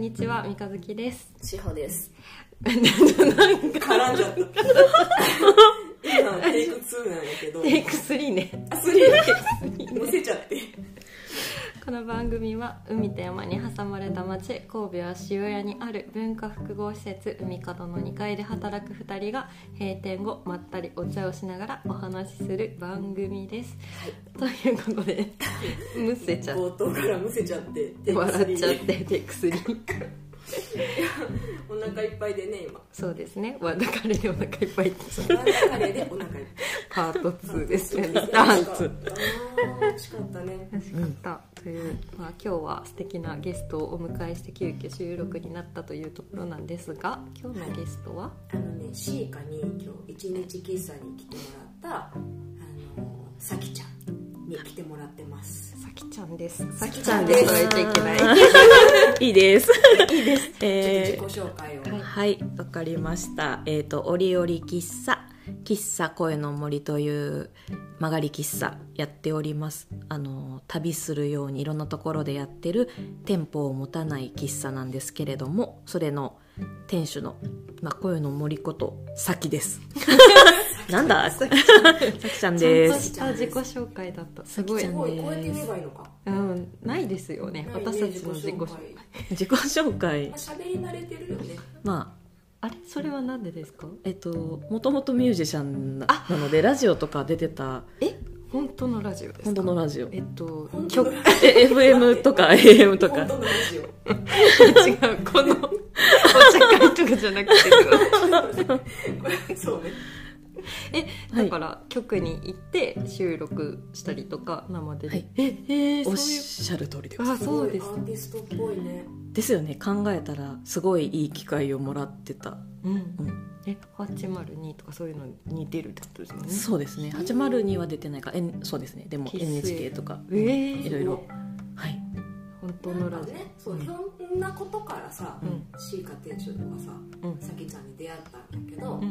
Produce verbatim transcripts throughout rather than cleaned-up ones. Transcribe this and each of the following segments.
にちは、三日月です。 しほです。 なんか絡んじゃった。今テイクツーなんやけど。 テイクスリーね。 あ、スリー乗せちゃって。 この番組は海と山に挟まれた町神戸は塩屋にある文化複合施設海角のにかいで働くふたりが閉店後まったりお茶をしながらお話しする番組です、はい、ということでむせちゃって冒頭からむせちゃって笑っちゃってテイクスリーお腹いっぱいでね今。 そうですね、ワンダカレーでお腹いっぱいってワンダカレーでお腹いっぱいパートツーですね。リターンツー。 あー美味しかったね。 美味しかった、うん、という、まあ、今日は素敵なゲストをお迎えして急遽収録になったというところなんですが、今日のゲストはあのね、シーカに今日一日喫茶に来てもらったあのさきちゃんに来てもらってます。 さきちゃんです。 さきちゃんですとは言っちゃいけないいいですいいです、 えー、自己紹介を。 はい、わかりました。えっ、ー、と折々喫茶喫茶声の森という曲がり喫茶やっております。あの旅するようにいろんなところでやってる店舗を持たない喫茶なんですけれども、それの店主の、まあ、声の森ことさきですなんださきちゃんです。 ちゃんとした自己紹介だった。すごい。 すごい。こうやって言えばいいのか。 うん、ないですよね。私たちの自己紹介。 自己紹介。 喋り慣れてるよね。 まあ、あれそれはなんでですか？ えっともともとミュージシャン な, なのでラジオとか出てた。 え、本当のラジオですか？ 本当のラジオ。 えっと曲エフエム とか エーエム とか。 本当のラジオ。 違う、このお茶会とかじゃなくてそうね。 え、だから局に行って収録したりとか生で、はい、 ええー、 おっしゃる通りです。 あ、そうです。 アーティストっぽいね。 ですよね。考えたらすごいいい機会をもらってた。 うん。うん、え、はちまるにとかそういうのに出るってことですもんね。 そうですね。はちまるには出てないか、えそうですね。でも エヌエイチケー とか、 えー、 いろいろ。はい。 本当のラジオね、そう、ひょんなことからさ、うん、シーカ店主とかさ、うん、さきちゃんに出会ったんだけど、うんうん、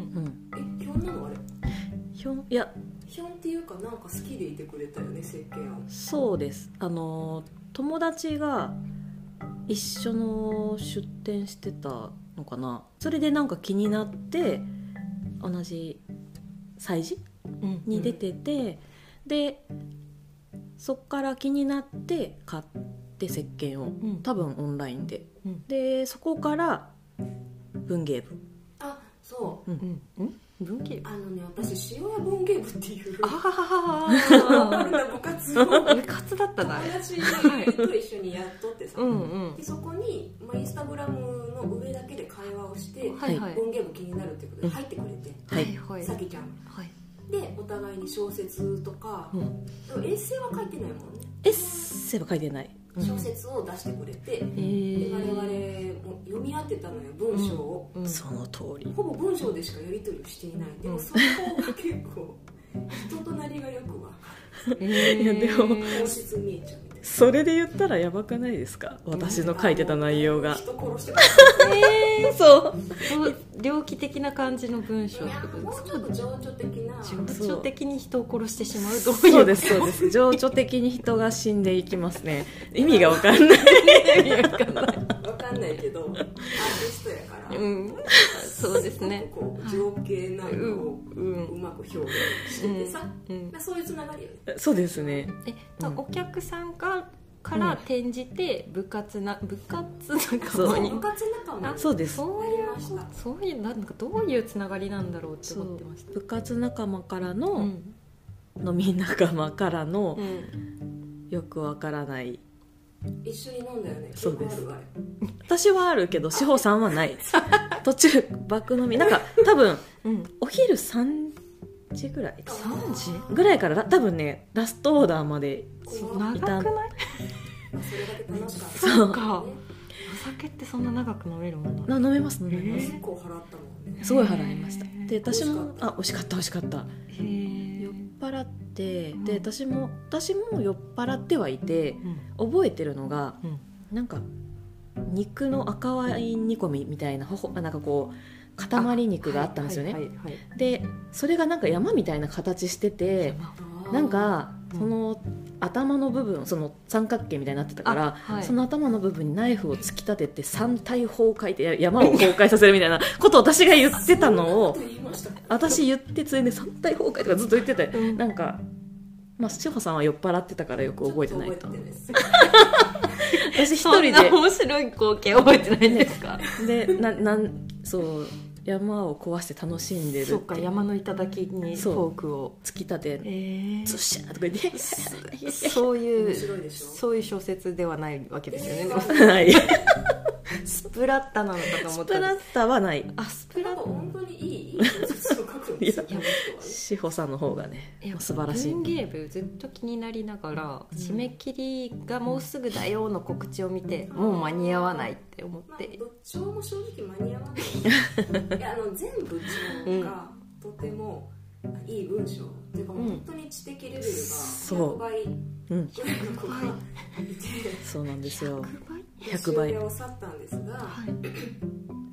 え、ひょんなのあれ？ ひょん、いや、 ひょんっていうかなんか好きでいてくれたよね、設計案。 そうです。あの友達が一緒の出店してたのかな。それでなんか気になって同じ催事、うん、に出てて、うん、でそっから気になって買って石鹸を、うん、多分オンラインで、うん、でそこから文芸部。 あ、そう、うんうん、文芸部、 あのね、私塩屋文芸部っていうあははは部活を部活だったな、 友達と一緒にやっとってさ、うん、でそこに、まあ、インスタグラムの上だけで会話をして、はいはい、文芸部気になるってことで入ってくれて、 はいはい、 さきちゃん、 はい、 でお互いに小説とか、うん、でもエッセイは書いてないもんね。 エッセイは書いてない。 小説を出してくれて、うん、で我々も読み合ってたのよ、文章を、 うんうん、その通り。 ほぼ文章でしかやり取りをしていない、うん、でもそこが結構人となりがよくわかる、えー、いやでも本質見えちゃうみたいな。 それで言ったらやばくないですか、私の書いてた内容が。 人殺してますえー、そうそう猟奇的な感じの文章ってことですか？ もうちょっと情緒的な、 情緒的に人を殺してしまう。どういうそうですそうです。情緒的に人が死んでいきますね。意味がわかんない意味わかんないわかんないけどアーティストやから、 うん、そうですね、 こう情景なんかをうまく表現しててさ、うんうん、そういうつながりよね。 そうですね。 え、うん、お客さんがから転じて部活な、部活仲間に、 部活仲間に、 そうです。 そういうそういうなんかどういうつながりなんだろうって思ってました。 部活仲間からの、うん、飲み仲間からの、うん、よくわからない。 一緒に飲んだよね。 そうです。私はあるけど志保さんはない途中爆飲みなんか多分、うん、お昼さんじぐらいさんじぐらいから多分ねラストオーダーまで長くない？ それだけ楽しかった。 そうか。お酒ってそんな長く飲めるもんなの？飲めます飲めます。 結構払ったもんね。 すごい払いました。で私もあ美味しかった美味しかった。 へー、 酔っ払って、で私も私も酔っ払ってはいて、うん、覚えてるのが、うん、なんか肉の赤ワイン煮込みみたいなほほなんかこう塊肉があったんですよね、はいはいはいはい、でそれがなんか山みたいな形してて、なんかその頭の部分その三角形みたいになってたから、はい、その頭の部分にナイフを突き立てて三体崩壊って山を崩壊させるみたいなことを私が言ってたのを私言ってついで三体崩壊とかずっと言ってて、うん、なんかまあ志保さんは酔っ払ってたからよく覚えてないと私一人でそんな面白い光景覚えてないんですかでななんそう山を壊して楽しんでるって。 そうか、山の頂にフォークを突き立て、えー、ずっしゃーとか言ってそういうそういう小説ではないわけですよね、えー、はいスプラッタなのかと思った。 スプラッタはない。 あ、スプラッタ本当にいい小説を書くんですよ。 志保さんの方がね素晴らしい。 文芸部ずっと気になりながら、うん、締め切りがもうすぐだよの告知を見て、うん、もう間に合わないって思って、 まあ、部長も正直間に合わないいやあの全部長がとてもいい文章っていうか、本当に知的レベルがひゃくばいぐらいの子がいて、 そうなんですよ。 ひゃくばいを去ったんですが、はい、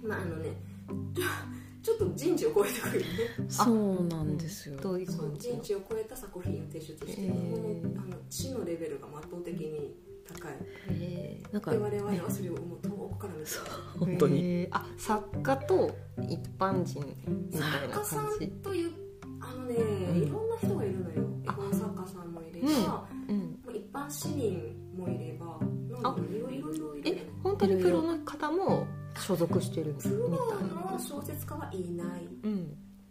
まああのねちょっと人知を超えてくるね。 そうなんですよ。 どういう人知を超えた作品を提出して、えー、あの知のレベルが圧倒的に高い。えー、なんか、ね、我々はそれをもう遠くから見て本当に、 えー、あ、作家と一般人みたいな感じ。 作家さんというあのね、うん、いろんな人がいるのよ。絵本作家さんもいれば、うんうん、一般市民もいれば、なんかいろいろいろいる。 え、本当にプロの方も所属してるみたいな。 プロの小説家はいない、 うん、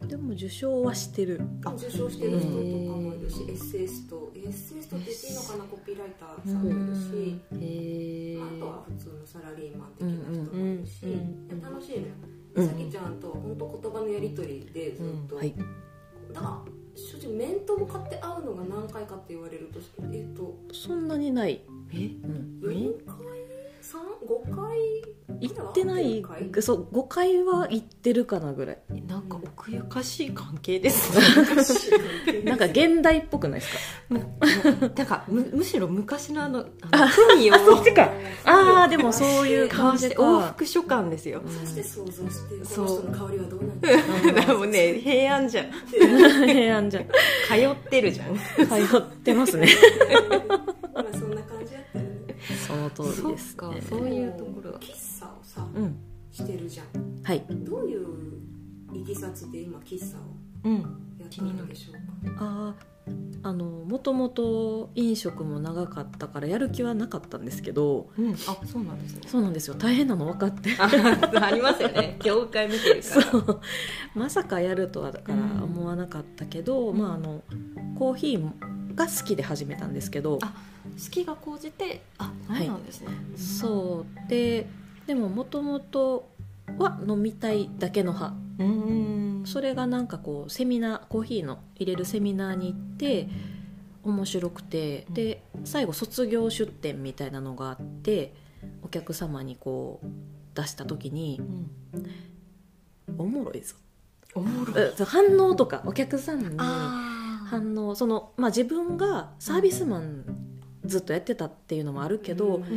でも受賞はしてる。 あ、受賞してる人とかもいるし、エッセイストエッセイストって言っていいのかな、コピーライターさんもいるし、へ、まあ、あとは普通のサラリーマン的な人もいるし、うんうんうん、楽しいのよ。さきちゃんと本当言葉のやり取りでずっと、うん、はい、だから正直面と向かって会うのが何回かって言われると、えっとそんなにない。 え、うん、よんかいさん、ごかい行ってない。そう、ごかいは行ってるかなぐらい。 なんか奥ゆかしい関係ですねなんか現代っぽくないですかなんか む, むしろ昔のあの文をそっちか。ああ、でもそういう感じか。 往復書簡ですよ。 そして想像して、この人の香りはどうなんですか。 でもね、平安じゃん平安じゃん。 通ってるじゃん。 通ってますねまあそんな感じだったよね。 その通りですね。 そっか、そういうところ喫茶をさ、うん、してるじゃん。 はい。 どういういきさつで今喫茶をやってるんでしょうか。 ああ、あのもともと飲食も長かったからやる気はなかったんですけど、 うん、あ、そうなんですね。 そうなんですよ。大変なの分かって。 あ, ありますよね。業界見てるから。そう、 まさかやるとはだから思わなかったけど、うん、まああのコーヒーが好きで始めたんですけど、 あ、好きが高じて、あ、そうなんですね。はい、 そうで、でももともとは飲みたいだけの派。うん、それがなんかこうセミナー、コーヒーの入れるセミナーに行って面白くて、うん、で最後卒業出店みたいなのがあって、お客様にこう出した時に、うん、おもろいぞ、 おもろい反応とかお客さんに反応、その、まあ、自分がサービスマンずっとやってたっていうのもあるけど、うんうん、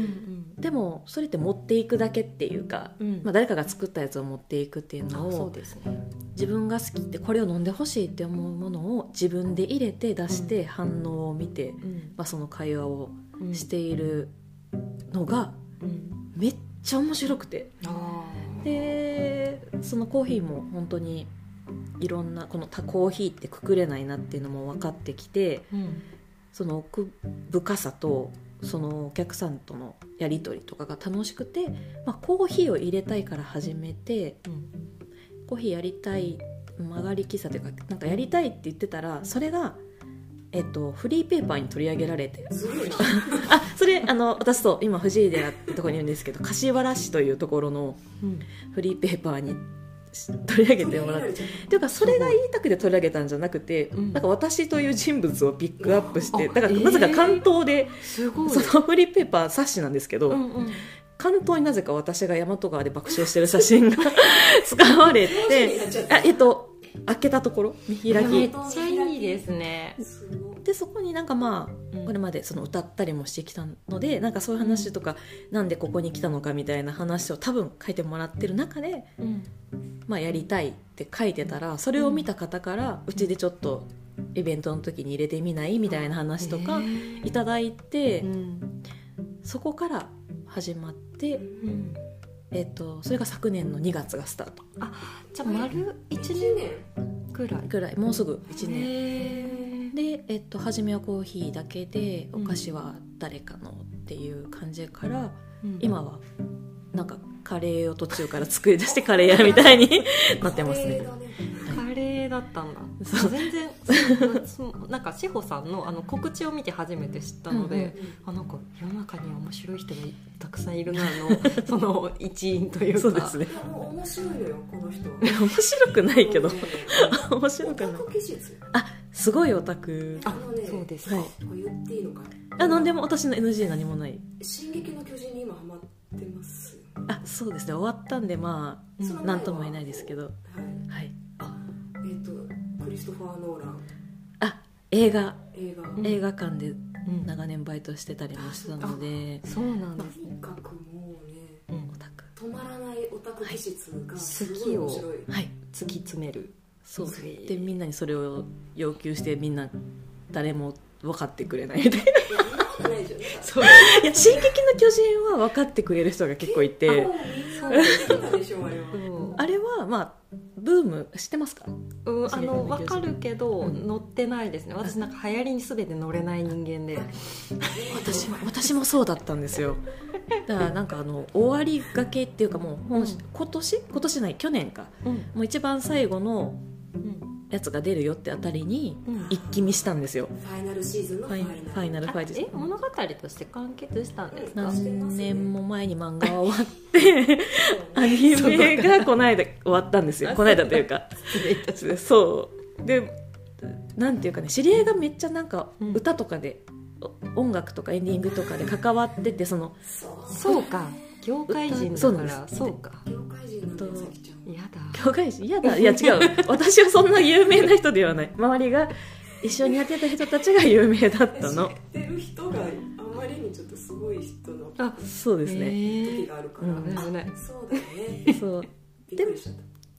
でもそれって持っていくだけっていうか、うん、まあ、誰かが作ったやつを持っていくっていうのを、 そうですね、 自分が好きってこれを飲んでほしいって思うものを自分で入れて出して反応を見て、うん、まあ、その会話をしているのがめっちゃ面白くて、うん、でそのコーヒーも本当にいろんなこのコーヒーってくくれないなっていうのも分かってきて、うん、その奥深さとそのお客さんとのやり取りとかが楽しくて、まあ、コーヒーを入れたいから始めて、うん、コーヒーやりたい、曲がり喫茶というかなんかやりたいって言ってたら、それが、えっと、フリーペーパーに取り上げられてあ、それあの私と今藤井寺ってところにいるんですけど、柏原市というところのフリーペーパーに取り上げてもらって、っていうかそれが言いたくて取り上げたんじゃなくて、うん、なんか私という人物をピックアップして、だからなぜか関東で、そのフリーペーパー冊子なんですけど、うんうん、関東になぜか私が大和川で爆笑してる写真が使われて、あ、えっと開けたところ見開き、 めっちゃいいですね。 でそこになんかまあ、うん、これまでその歌ったりもしてきたので、なんかそういう話とか、うん、なんでここに来たのかみたいな話を多分書いてもらってる中で、うん、まあ、やりたいって書いてたら、それを見た方からうちでちょっとイベントの時に入れてみないみたいな話とかいただいて、 うん、 そこから始まって、うん、えっと、それが昨年のにがつがスタート。 あ、じゃあ丸いちねんぐらいぐらい、もうすぐいちねんで、えっと、初めはコーヒーだけで、お菓子は誰かのっていう感じから、うん、今はなんかカレーを途中から作り出してカレー屋みたいになってますね。 カレーだったんだ。全然なんか志保さん の, あの告知を見て初めて知ったので、うんうん、あ、なんか世の中には面白い人がたくさんいるなのその一員というか。 そうですね。 面白いのよこの人。 面白くないけど面白くない。 オタク気質。 あ、すごいオタク。 あのね、 そうですか、 はい、言っていいのかな。あ、なんでも私の エヌジー 何もない。 進撃の巨人に今ハマってます。 あ、そうですね、終わったんでまあ何とも言えないですけど、はい、はい、 あ、えーとクリストファー・ノーラン、 あ、映画映画、 うん、映画館で長年バイトしてたりもしたので、 うん、そうなんですね。 とにかくもうね、 うん、オタク止まらないオタク気質がすごい面白い、 はい、突き詰める。 そうで、みんなにそれを要求して、みんな誰も分かってくれないみたいな。そう、いや、進撃の巨人は分かってくれる人が結構いて、あれはまあブーム知ってますか？ うん、あの分かるけど、うん、乗ってないですね。私なんか流行りに全て乗れない人間で私も私もそうだったんですよ。だからなんかあの終わりがけっていうか、もう、うん、今年今年ない去年か、うん、もう一番最後のやつが出るよってあたりに一気見したんですよ。 ファイナルシーズンのファイナル、 ファイナルファイナル。 え、物語として完結したんですか？ 何年も前に漫画は終わってアニメがこの間終わったんですよ。この間というかそうで、なんていうかね、知り合いがめっちゃなんか歌とかで、うん、音楽とかエンディングとかで関わってて、そのそうか、業界人だから、そうか、 業界人なんだよ、さきちゃん。 やだ、 業界人やだ、いや違う私はそんな有名な人ではない。周りが一緒にやってた人たちが有名だったの。 知ってる人があまりにちょっとすごい人の、 あ、そうですね、 時があるから、うん、そうだよね。 そうびっくりしちゃった。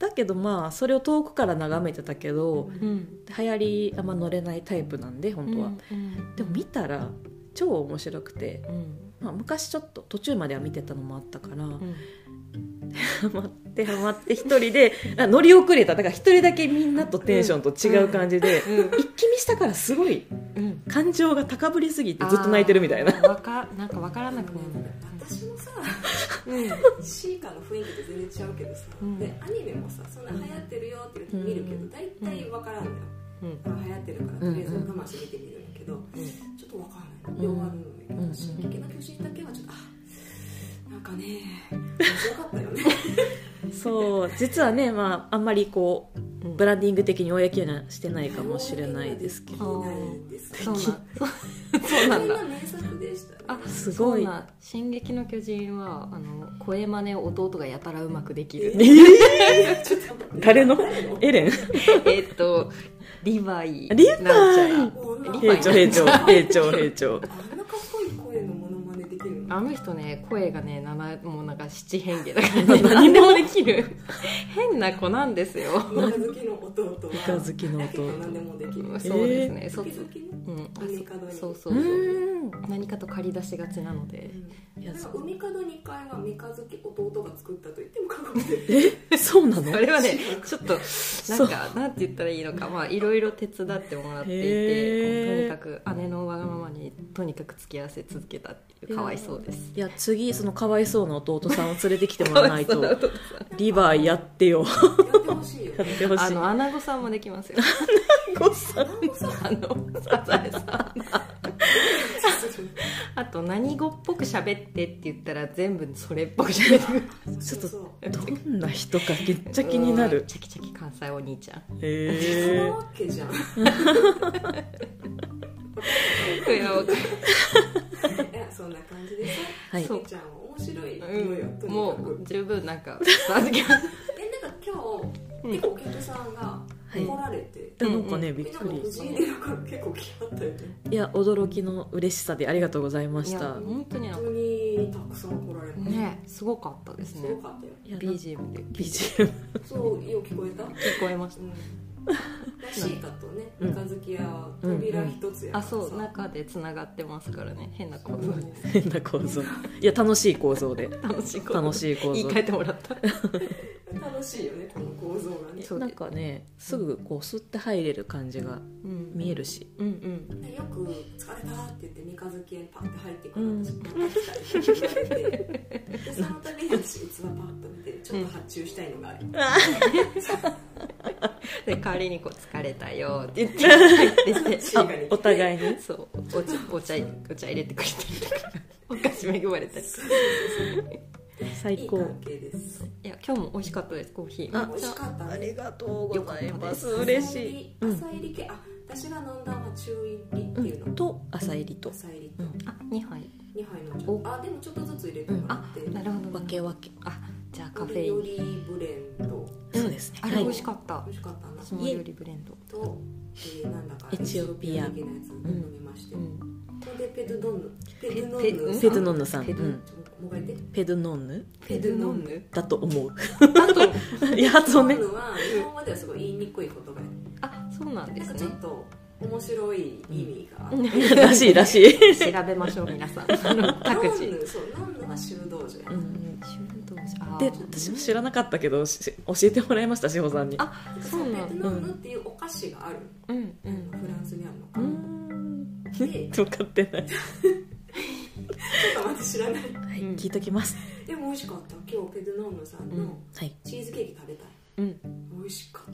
だけどまあそれを遠くから眺めてたけど、うん、流行りあんま乗れないタイプなんで本当は、うんうん、でも見たら超面白くて、うんまあ、昔ちょっと途中までは見てたのもあったから、うん、ハマってハマって一人で乗り遅れた。だから一人だけみんなとテンションと違う感じで、うんうん、一気見したからすごい感情が高ぶりすぎてずっと泣いてるみたいな。 わかなんか分からなくなる。 私もさ、うん、シーカーの雰囲気と全然違うけどさ、うん、でアニメもさ、そんな流行ってるよって言うと見るけど、大体分からんのよ、うん、流行ってるからとりあえず我慢して見てみるんやけど、うん、ちょっと分かんないで終わるのやけど、進撃の巨人だけはちょっと、あ、なんかね面白かったよねそう、実はね、まあ、あんまりこうブランディング的に公にはしてないかもしれないですけど、 そうなんだ。 名作でしたね。 あ、すごい。進撃の巨人はあの声真似を弟がやたらうまくできる。 えー、誰の？エレン？ えっとリヴァイ。 リヴァイ。 兵長兵長兵長兵長。 あんなかっこいい声のモノマネできるの？ あの人ね、声がね、ななもうなんか七変化だからね、何でもできる変な子なんですよ。 三日月の弟は三日月の弟何でもできる。 そうですね。 そっちの海角に、 そうそうそう。何かと借り出しがちなので。 いや、海角にかいは三日月弟が作ったと言っても過言で。え、そうなの？ それはね、ちょっとなんかなんて言ったらいいのか、まあいろいろ手伝ってもらっていて、とにかく姉のわがままにとにかく付き合わせ続けたっていう、かわいそうです。 いや、次そのかわいそうな弟さんを連れてきてもらわないとリバーやってよ。 やってほしいよ。 やってほしい。 あのアナゴさんもできますよ。 アナゴさん、 あのサザエさん。あと何語っぽく喋ってって言ったら全部それっぽく喋ってくる。 ちょっとどんな人かめっちゃ気になる。 チャキチャキ関西お兄ちゃん。 へえ。 そんなわけじゃん。いや、わかる。 いや、そんな感じでさ、 はい、 そうちゃん面白いのよ、 うん、もう十分なんかえ、なんか今日結構お客さんが来られて、 はい、なんかね、びっくり。 藤井でなんか結構来はったよね。 いや、驚きの嬉しさでありがとうございました。 本当に本当にたくさん来られてね、すごかったですね。 すごかったよ。 ビージーエム でビージーエムそう、よう聞こえた？ 聞こえました。 うん、 シータとね三日月屋は扉一つやからさ、 あ、そう、中でつながってますからね。変な構造です。 変な構造。いや楽しい構造で楽しい構造。 楽しい構造言い換えてもらった。 楽しいよねこの構造がね。 なんかねすぐこう吸って入れる感じが見えるし、 うんうん、 でよく「疲れた」って言って三日月屋にパッて入ってくる私また来たいって言われて、でその度に私器パッと見てちょっと発注したいのがある、 で代わりにこう「疲れたよ」って言って入っててあお互いにそうお茶お茶お茶入れてくれたりとかお菓子恵まれたりとか最高。 いい関係です。 いや今日も美味しかったです、コーヒー。 あ、美味しかった、ね、 ありがとうございます。嬉しい。 朝入り系、あ、私が飲んだのは中入りっていうの、うん、 と朝入りと朝入りと、 うん、 あ、にはいにはいのちょっと、あ、でもちょっとずつ入れてもらって、 うん、あ、なるほど分け分け。 あ、じゃあカフェインよりブレンド、 そうですね。 あれ美味しかった。 美味しかったな。 スモーよりブレンドと、えー、なんだかエチオピア的なやつ飲みまして、うん、これでペドノンヌ、 ペドノンヌ、 ペドノンヌさん、 ペド、うん、もう一回言って。 ペドノンヌ、 ペドノンヌだと思う。 だと、 いや発音ね。 ペドノンヌは日本語ではすごい言いにくい言葉や。 あ、そうなんですね。 ちょっと面白い意味があって、 らしいらしい。 調べましょう皆さん。各自。 ノンヌ、そう、ノンヌは修道女や。 うん、修道女。 で、私も知らなかったけど教えてもらいました、志保さんに。 あ、そうなんだ。 ペドノンヌっていうお菓子がある。 うんうん。 フランスにあるのか。 うん。 で、 分かってない。 ちょっと待って、知らない。 はい、聞いときます。 でも美味しかった。今日ペドノンヌさんのチーズケーキ食べたい。うん。美味しかった。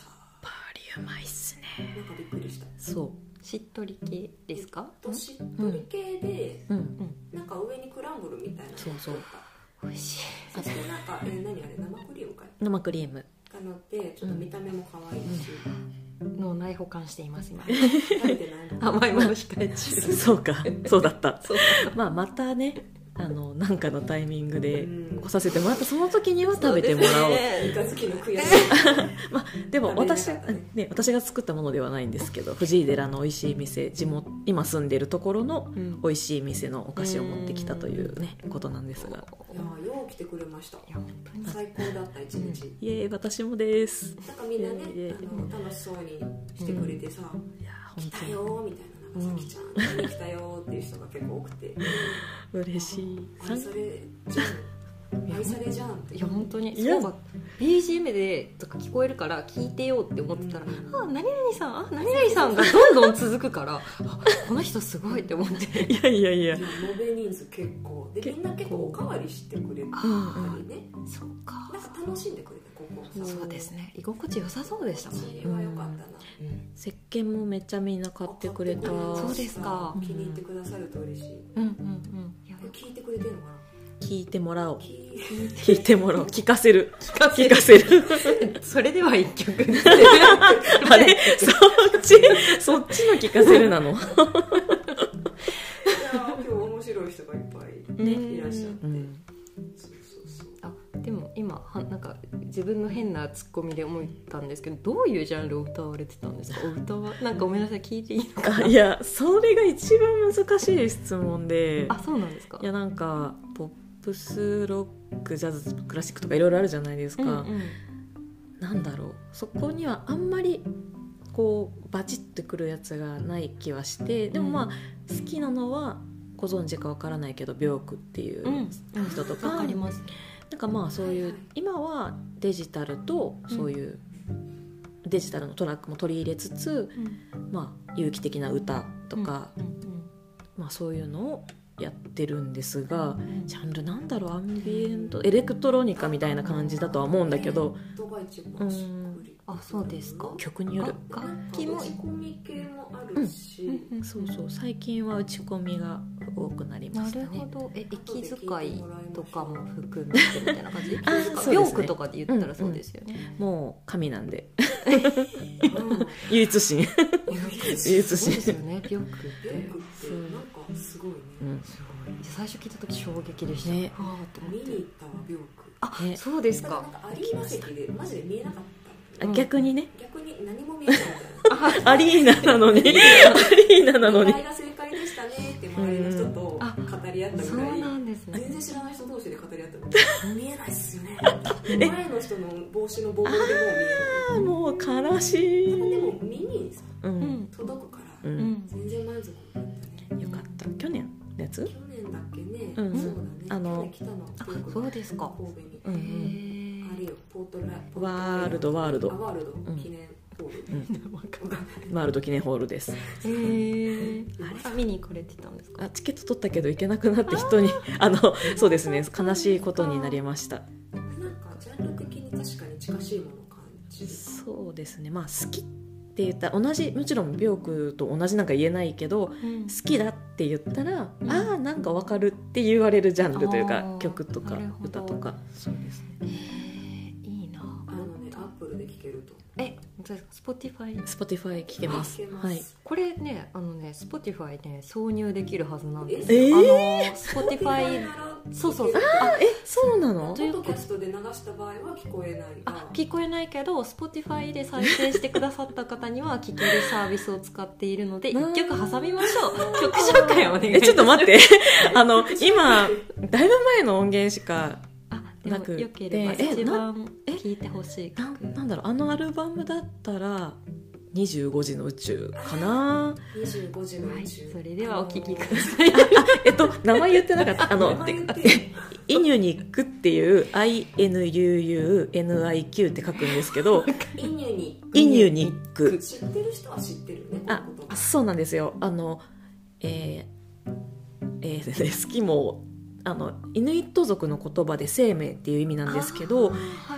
パーリうまいっすね。 なんかびっくりした。 そう。 しっとり系ですか？ としっとり系で、 うんうん、 なんか上にクランブルみたいなのがそうそう美味しい。 そしてなんか、えー、何あれ生クリームかい？ 生クリームが乗ってちょっと見た目も可愛いし、 うん、脳内保管しています今。 食べてないの？ 甘いもの控え中。 そうか、そうだった。そうまあまたね。あのなんかのタイミングで来させてもらったその時には食べてもらおう。 三日月の悔しい。 まあでも私ね私が作ったものではないんですけど、藤井寺の美味しい店、地元今住んでいるところの美味しい店のお菓子を持ってきたというねことなんですが。いやよう来てくれました。最高だった一日。 いえ私もです。 なんかみんなねあの楽しそうにしてくれてさ、いや来たよみたいな。さきちゃんに来たよっていう人が結構多くて嬉しい。 愛されじゃん愛されじゃんって。 いや本当にそうだ。 ビージーエム でとか聞こえるから聞いてよって思ってたら、うん、あ何々さんあ何々さんがどんどん続くからあこの人すごいって思って。 いやいやいや延べ人数結構でみんな結構おかわりしてくれたりね、 うん、そうかなんか楽しんでくれてここそう、そうですね居心地良さそうでしたもん。 それは良かったな、 うん、石鹸もめっちゃみんな買ってくれた。 そうですか。 気に入ってくださると嬉しい。 うんうんうんいや聞いてくれてるのかな。 聞いてもらおう聞いてもらおう聞かせる聞かせる聞かせるそれでは一曲あれそっちそっちの聞かせるなの。いや今日面白い人がいっぱい、ね、いらっしゃって、うん、そうそうそう。 あでも今はなんか自分の変なツッコミで思ったんですけど、どういうジャンルを歌われてたんですか？お歌はなんかごめんなさい聞いていいのかな。 いやそれが一番難しい質問で。 あそうなんですか。 いやなんかポップスロックジャズクラシックとかいろいろあるじゃないですか、うんうん、なんだろうそこにはあんまりこうバチッとくるやつがない気はして、でもまあ好きなのはご存知かわからないけどビョークっていう人とか、 うんうん、かります。 なんかまあそういう今はデジタルとそういうデジタルのトラックも取り入れつつ、うん、まあ有機的な歌とか、うんうんうん、まあそういうのをやってるんですが、ジャンルなんだろうアンビエントエレクトロニカみたいな感じだとは思うんだけど、 うん、 あそうですか。 曲による。 楽器も打ち込み系もあるし、 うん、そうそう最近は打ち込みが多くなりましたね。 なるほど。え息遣いとかも含めてみたいな感じ。 あそうですね。ビョークとかで言ったらそうですよね、 うんうん、もう神なんで唯一心唯一心ですよね。ビョークってなんかすごいね、うん、すごい。 最初聞いた時衝撃でしたね。 あ見に行ったわビョーク。 あ、ね、そうですか。 なんかアリーナ席でマジで見えなかった。 うん、逆にね逆に何も見えないみたいな。 アリーナなのにアリーナなのにあれが正解でしたねって周りの人と語り合ったぐらい、 そうなんですね、 全然知らない人同士で語り合ったの見えないっすよね前の人の帽子のボールでもう見えない、 もう悲しい。 でも耳にさ、 うん、 届くから、 うん、 全然満足だったね。 よかった。去年のやつ？ 去年だっけね、 うん、 そうだね、 あの去年来たのあ、そうですか、 神戸に、 うんうん、 あるよ、ポートライワールドワールドワールド記念ホール、 うん、ワールド記念ホールです。 へー、あれ見に行かれてたんですか？ あ、チケット取ったけど行けなくなって人にあのそうですね、悲しいことになりました。 なんかジャンル的に確かに近しいものを感じる。 そうですね、まあ好きって言ったら同じ、もちろんビョークと同じなんか言えないけど、うん、好きだって言ったら、うん、ああなんか分かるって言われるジャンルというか、曲とか歌とか。そうですね。 えー、いいな。 あのね、アップルで聴けると。 え、スポティファイスポティファイ聴けます。 はい。これね、あのね、スポティファイね挿入できるはずなんですよ。 えー、あのスポティファイそうそう、 ああ、え、そうなの？ ポッドキャストで流した場合は聞こえないが、 あ、聞こえないけど Spotify で再生してくださった方には聞けるサービスを使っているのでいっきょく挟みましょう。曲紹介をお願いします。 え、ちょっと待ってあの今だいぶ前の音源しかなくて、 よければ一番聴いてほしい曲、 な, なんだろう、あのアルバムだったらにじゅうごじの宇宙かな。 にじゅうごじの宇宙、 はい、それではお聴きください。 ああ、えっと名前言ってなかったあのイニュニックっていう アイエヌユーユーエヌアイキュー って書くんですけどイニュニイニュニック知ってる人は知ってるね。 ああ、そうなんですよ。あのえーえー、ね、好きもあのイヌイット族の言葉で生命っていう意味なんですけど、はい、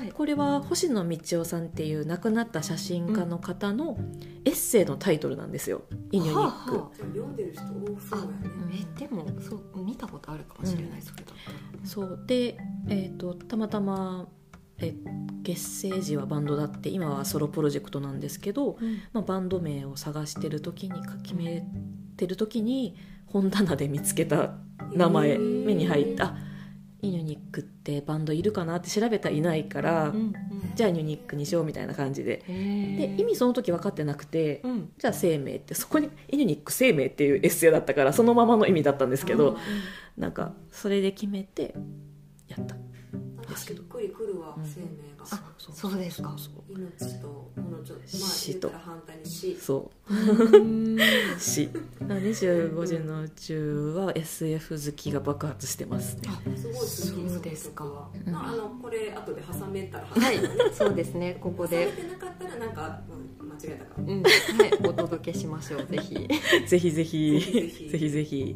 これは星野道夫さんっていう亡くなった写真家の方のエッセイのタイトルなんですよ、うん、イニュニック。はあはあ、 読んでる人多そうやね。 え、でもそう見たことあるかもしれない、うん、それだったら。 そうで、えーと、たまたまえ結成時はバンドだって、今はソロプロジェクトなんですけど、うん、まあ、バンド名を探してる時に決めてる時に本棚で見つけた名前、目に入った、イニュニックってバンドいるかなって調べたらいないから、うんうん、じゃあイニュニックにしようみたいな感じで、で意味その時分かってなくて、うん、じゃあ生命って、そこにイニュニック生命っていうエッセイだったからそのままの意味だったんですけど、なんかそれで決めてやったんですけど、 しっくりくるわ、うん、生命が。 あ、そうですか。 命とものちょっと、まあ、言ったら反対に死。 そう死。にじゅうごじの宇宙は エスエフ 好きが爆発してますね。 あ、すごい好き。そうですか。うん、まあ、あのこれ後で挟めたら挟めたら、ね、はい、そうですね。ここで挟めてなかったらなんか、うん、間違えたかも。 うん、はい、お届けしましょう。ぜひぜひぜひぜひぜひ。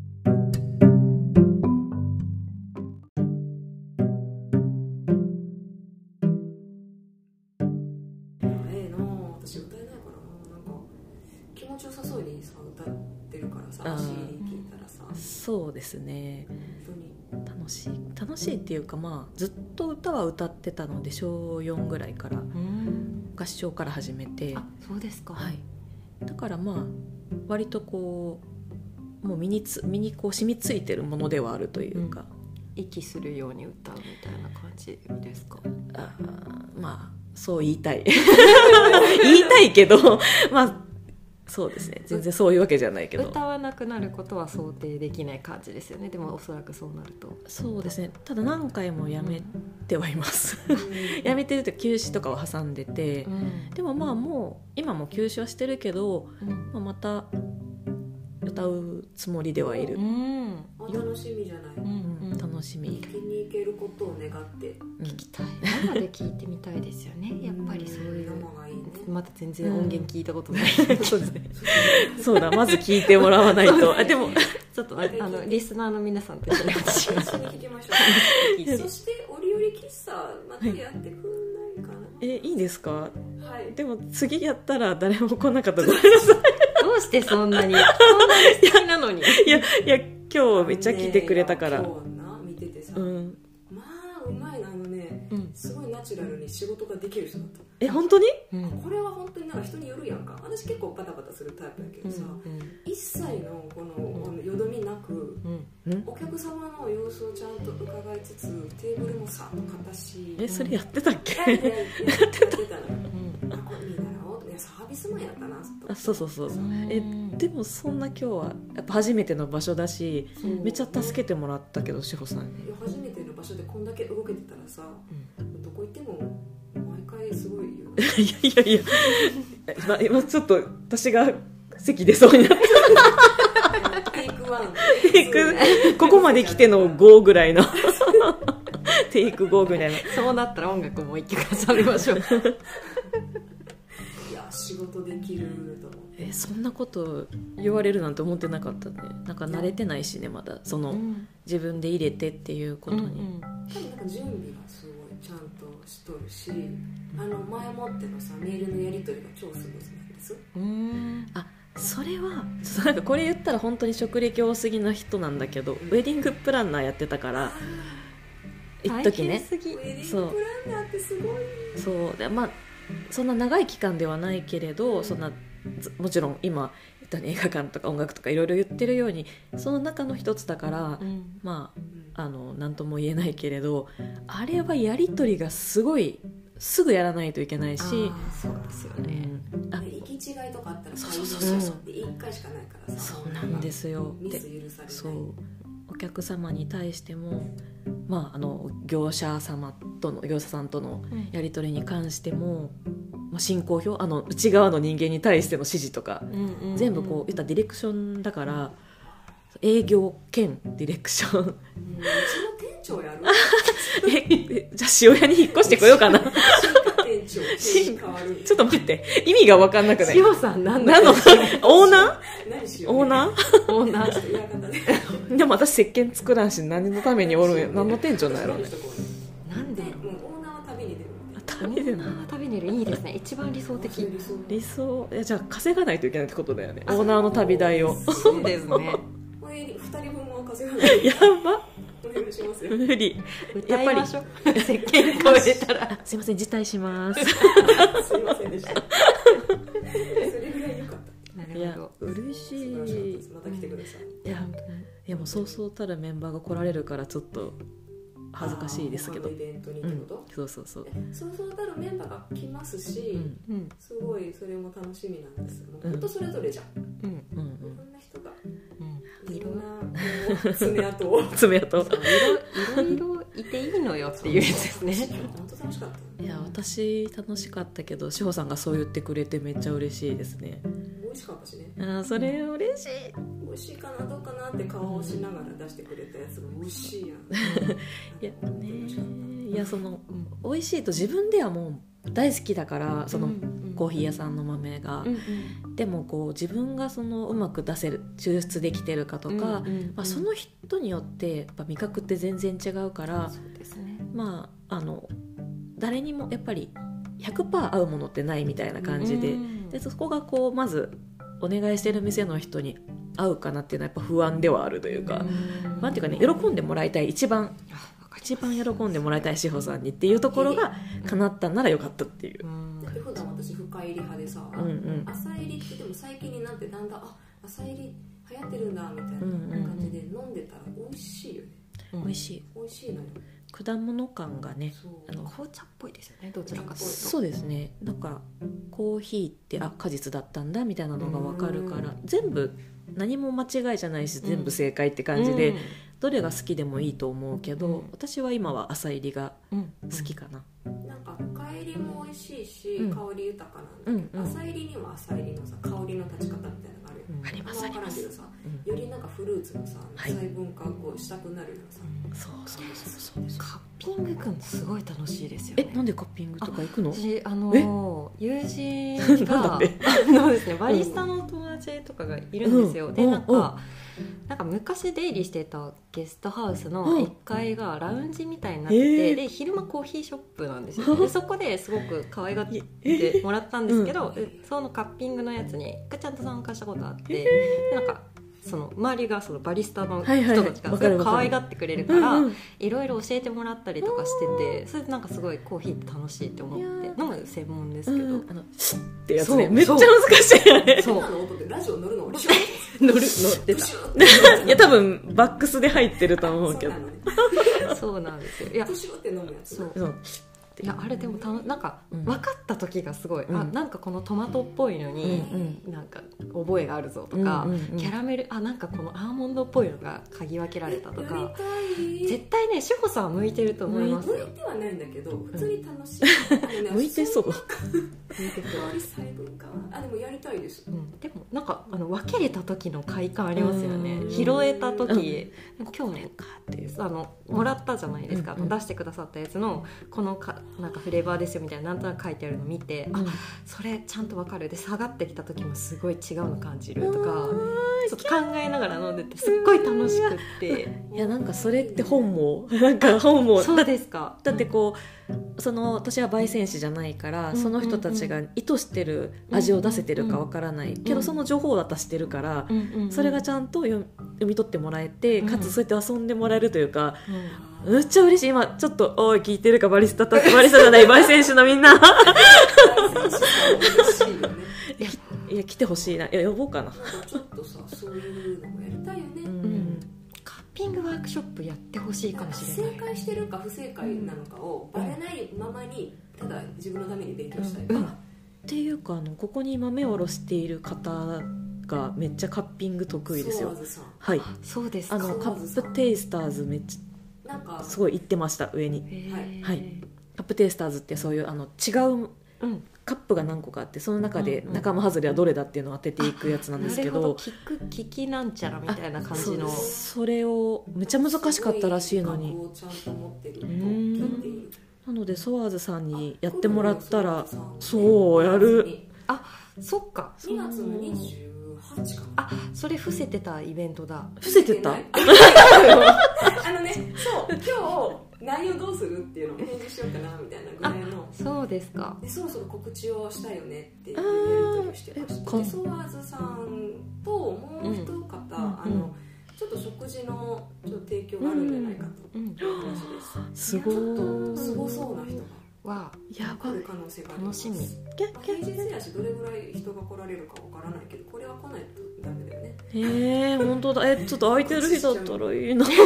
そうですね、楽しい楽しいっていうか、まあ、ずっと歌は歌ってたのでしょうよんぐらいから合唱から始めて。 あ、そうですか。 はい、だからまあ割とこうもう身につ身にこう染みついてるものではあるというか、 うん、息するように歌うみたいな感じですか。 あ、まあそう言いたい言いたいけどまあそうですね、全然そういうわけじゃないけど、 歌わなくなることは想定できない感じですよね。でもおそらくそうなると。 そうですね、ただ何回もやめてはいますやめてると休止とかを挟んでて、うん、でもまあもう今も休止はしてるけど、うん、まあ、また歌うつもりではいる、うん、 楽しみじゃない、うんうん、楽しみ。 聞きに行けることを願って聞きたい、生で聞いてみたいですよねやっぱりそういう生がいいね。 まだ全然音源聞いたことない、うん、 そうですねそうだ、まず聞いてもらわないと。あ、でもちょっとあのリスナーの皆さんと一緒に私は一緒に聞きましょうそして折々喫茶またやってくんないかな、はい、 え、いいですか。はい、 でも次やったら誰も来なかったらごめんなさいどうしてそんなにそんなに好きなのに。 いやいや、今日めっちゃ来てくれたから、 今日な見ててさ、うん、まあうまいな。あのね、うん、すごいナチュラルに仕事ができる人だった。 え、本当に、 うん、これは本当になんか人によるやんか。私結構バタバタするタイプやけどさ、うんうん、一切のこの、うん、よどみなく、うん、お客様の様子をちゃんと伺いつつ、テーブルもさっと片し。 え、それやってたっけ。 やってたのよ、うん、あ、これいいだろう、 やサービスマンやったなと。 あそうそうそうそうえでもそんな今日はやっぱ初めての場所だしめっちゃ助けてもらったけど志保さんに。 いや初めての場所でこんだけ動けてたらさ、うん、どこ行っても毎回すごいよいやいやいや今, 今ちょっと私が席出そうになってテイクワンテイクここまで来てのごぐらいのテイクごぐらいの。 そうなったら音楽も一曲挟みましょう。いや仕事できると思う。 えそんなこと言われるなんて思ってなかったね。なんか慣れてないしねまだその、うん、自分で入れてっていうことに、うんうん、 多分なんか準備がすごいちゃんとしとるし、あの前もってのさメールのやり取りが超スムーズなんです。 うーんあそれはちょっとなんかこれ言ったら本当に職歴多すぎな人なんだけど、うん、ウェディングプランナーやってたから一時ね。 ウェディングプランナーってすごい。 そうでまあそんな長い期間ではないけれど、うん、そんなもちろん今言ったね映画館とか音楽とかいろいろ言ってるようにその中の一つだから、うん、まああの何とも言えないけれどあれはやり取りがすごいすぐやらないといけないし。 そうですよね、 うん、あ行き違いとかあったらそうそうそうそういっかいしかないからさ。 そうなんですよ。 ミス許されない。 そうお客様に対しても、まあ、あの業者様との業者さんとのやり取りに関しても、うんまあ、進行表あの内側の人間に対しての指示とか、うんうんうん、全部こう言ったディレクションだから営業兼ディレクション、うん、うちの店長やるえじゃあ塩屋に引っ越してこようかな店長店変わる。 ちょっと待って意味が分かんなくない。 塩さん何なのオーナー何しようオーナーオーナーでも私石鹸作らんし何のためにおるんや何の店長なんやろうね。 なんでもうオーナーは旅に出るみたいな。 旅でな旅に出るいいですね。一番理想的。 理想いやじゃあ稼がないといけないってことだよね。オーナーの旅代を。 そうですね。 これふたりぶんは稼がない。 やばお願いしますよ。 無理。 歌いましょう。石鹸超えたらすいません辞退しますすいませんでした。それぐらい良かった。 なるほど。 いや嬉しい。 また来てください。 いやいやもうそうそうたるメンバーが来られるからちょっと恥ずかしいですけど。 イベントにってこと？ うん、そうそうそう。 そうそうたるメンバーが来ますし、うん、すごいそれも楽しみなんです。もう本当それぞれじゃん。うんうんうん。いろんな人が、うん、いろんな爪痕を爪痕。 いろいろいていいのよっていうやつですね。 本当楽しかった。 いや私楽しかったけど志保さんがそう言ってくれてめっちゃ嬉しいですね。 美味しかったしね。 あそれ嬉しい。 美味しいかなどうかなって顔をしながら出してくれたやつが美味しいやん。 いやねいやその、うん、美味しいと自分ではもう大好きだからその、うん、コーヒー屋さんの豆が、うんうん、でもこう自分がそのうまく出せる抽出できてるかとか、うんうんうんまあ、その人によってやっぱ味覚って全然違うから、 そうですね、 まああの誰にもやっぱり ひゃくパーセント 合うものってないみたいな感じで、うん、でそこがこうまずお願いしてる店の人に合うかなっていうのはやっぱ不安ではあるというか、うん、なんていうかね喜んでもらいたい一番一番喜んでもらいたい志保さんにっていうところが叶ったんならよかったっていう、うん、 で普段私深入り派でさ、うんうん、浅入りってでも最近になってだんだんあ浅入り流行ってるんだみたいな感じで飲んでたら美味しいよね、 うん、美味しい美味しいのよ。 果物感がねあの紅茶っぽいですよねどちらかというと。 そうですねなんかコーヒーってあ果実だったんだみたいなのが分かるから全部何も間違いじゃないし全部正解って感じで、うん、どれが好きでもいいと思うけど、うん、私は今は浅入りが好きかな、 うん、なんか深入りも美味しいし、うん、香り豊かなんだけど、うんうん、浅入りには浅入りのさ香りの立ち方みたいなのがあるよ、 うん、ありますあります。 うん、よりなんかフルーツのさ細分化をしたくなるようなさ、 はい、そうそうそうそうカッピングくんすごい楽しいですよね。 えなんでカッピングとか行くの？ 私あの友人があのですねバリスタの友達とかがいるんですよ、うん、でなんかなんか昔出入りしてたゲストハウスのいっかいがラウンジみたいになってて、うん、で昼間コーヒーショップなんですよ、ね、でそこですごく可愛がってもらったんですけど、うん、そのカッピングのやつにちゃんと参加したことあって、でなんかその周りがそのバリスタの人たちがすごい可愛がってくれるからいろいろ教えてもらったりとかしてて、それでなんかすごるコーヒーって楽しいって思って飲む専門ですけど、うん、 あのシッってやつねめっちゃ難しいよね。 そうの音でラジオ乗るの俺乗る乗ってたいや多分バックスで入ってると思うけどそうなんですよ。いやプシュって飲むやつ。そうそうっていう。 いやあれでもたなんか分かった時がすごい、 うん、 あなんかこのトマトっぽいのに、うん、なんか覚えがあるぞとか、うんうんうん、キャラメルあなんかこのアーモンドっぽいのが嗅ぎ分けられたとか、絶対ね志保さんは向いてると思いますよ。 向いてはないんだけど普通に楽しい、 うん、向いてそう向いてそう細分化あでもやりたいです、 うん、でもなんかあの分けれた時の快感ありますよね。拾えた時、うん、去年かっていうあのもらったじゃないですか、うんうん、出してくださったやつのこのかなんかフレーバーですよみたいななんとなく書いてあるのを見て、うん、あそれちゃんと分かるで下がってきた時もすごい違うの感じるとかちょっと考えながら飲んでてすっごい楽しくって。 いやなんかそれって本もなんか本もそうですか。 だってこうその私は焙煎師じゃないから、うんうんうん、その人たちが意図してる味を出せてるかわからない、うんうん、けどその情報を渡してるから、うんうんうん、それがちゃんと読み取ってもらえて、うん、かつそうやって遊んでもらえるというか、うん、めっちゃ嬉しい。今ちょっとおい聞いてるかバリスタバリスタじゃない焙煎師のみんないや来てほしいな。いや呼ぼうかな。 なんかちょっとさそういうのもやりたいよね、うんうんカッピングワークショップやってほしいかもしれない。 正解してるか不正解なのかをバレないままにただ自分のために勉強したいから、うんうん、 っていうかあのここに豆をおろしている方がめっちゃカッピング得意ですよ。はい、 そうですか。 あのカップテイスターズめっちゃなんかすごい言ってました上に、はい、カップテイスターズってそういうあの違う、うんカップが何個かあってその中で仲間外れはどれだっていうのを当てていくやつなんですけど、うんうん、なるほど聞く聞きなんちゃらみたいな感じのそ, それをめっちゃ難しかったらしいのになのでソワーズさんにやってもらったらそうやる。 あそっかにがつのにじゅうはちかなあそれ伏せてたイベントだ。 伏せてたあのねそう今日内容どうするっていうのを返事しようかなみたいなぐらいの。 そうですか。 でそろそろ告知をしたいよねっていうやり取りをしてましてでソワーズさんともう一方、うん、あのちょっと食事のちょっと提供があるんじゃないかという話です、 うんうん、すごいちょっとすごそうな人がは来る可能性があります。 楽しみ。 まあ、平日やしどれぐらい人が来られるかわからないけどこれは来ないとダメだよね。 へえ本当だ。えちょっと空いてる日だったらいいな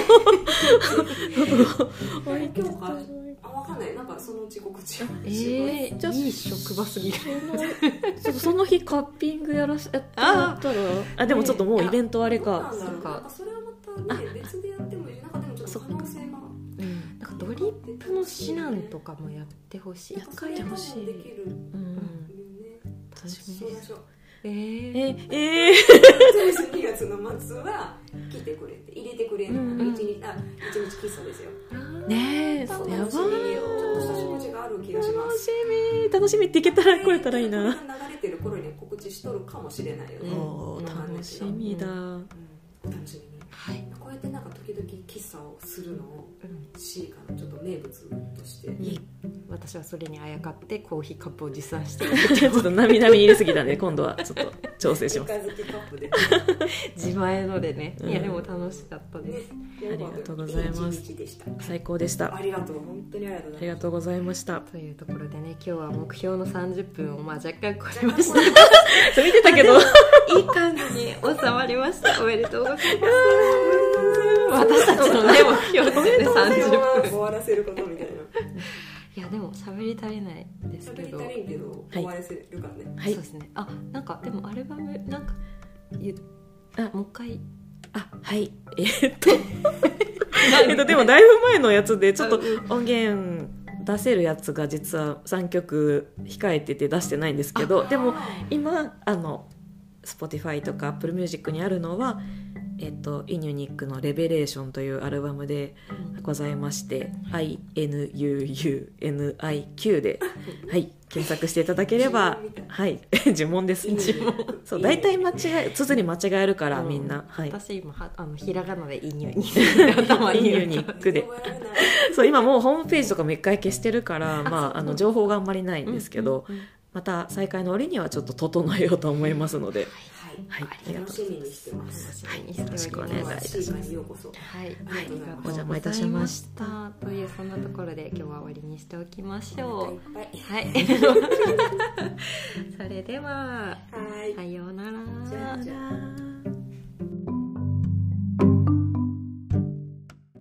空いてるかあわかんないなんかそのうち告知えー、じゃいい職場すぎるちょっとその日カッピングやらせやったらあでもちょっともうイベントあれか。 そうかそれはまたね別でやってもいい。なんかでもちょっと可能性がなんかドリップの指南とかもやってほしい。 やってほしい。できる。うん。 楽しみ。 そうでしょ。 えー、 ええー、にがつの末は来てくれて入れてくれるの一日あ一日喫茶ですよ。 ねえやばい。ちょっとした食事がある気がします。 楽しみ楽しみっていけたら来れたらいいな。 流れてる頃に告知しとるかもしれないよね。 お楽しみだ。 楽しみに。はい。こうやってなんか時々喫茶をするのをシーカのちょっと名物として、うん、 私はそれにあやかってコーヒーカップを持参してちょっとなみなみ入れすぎたんで今度はちょっと調整します自前のでね、うん、いやでも楽しかったです、ね、 ありがとうございます。最高でした。 ありがとう本当にありがとうございます。 ありがとうございましたというところでね今日は目標のさんじゅっぷんをまあ若干超えましたそう見てたけどいい感じに収まりました。おめでとうございます私たちのね目標ですねさんじゅっぷん終わらせることみたいな。 いやでも喋り足りないですけど喋り足りんけど終わらせるからね、 はい、そうですね。あなんかでもアルバムなんかゆあもう一回あはいえー、っとえっとでもだいぶ前のやつでちょっと音源出せるやつが実はさんきょく控えてて出してないんですけどでも今あの Spotify とか Apple Music にあるのはえっと、イニュニックのレベレーションというアルバムでございまして、うん、アイエヌユーユーエヌアイキュー で、はい、検索していただければはい呪文ですね。そう大体間違え綴り間違えるから、うん、みんな、はい、 私今はあのひらがなでイニュニックでそう今もうホームページとかも一回消してるから、まあ、あの情報があんまりないんですけど、うんうんうん、また再開の折にはちょっと整えようと思いますので、 はい、はい、楽しみにしてます。 はい、よろしくお願いいたします。 ようこそ。 はい、 はい、お邪魔いたしました。 というそんなところで今日は終わりにしておきましょう。 はい、 はい、それでは、 はい、 さようなら。 じゃあじゃあ。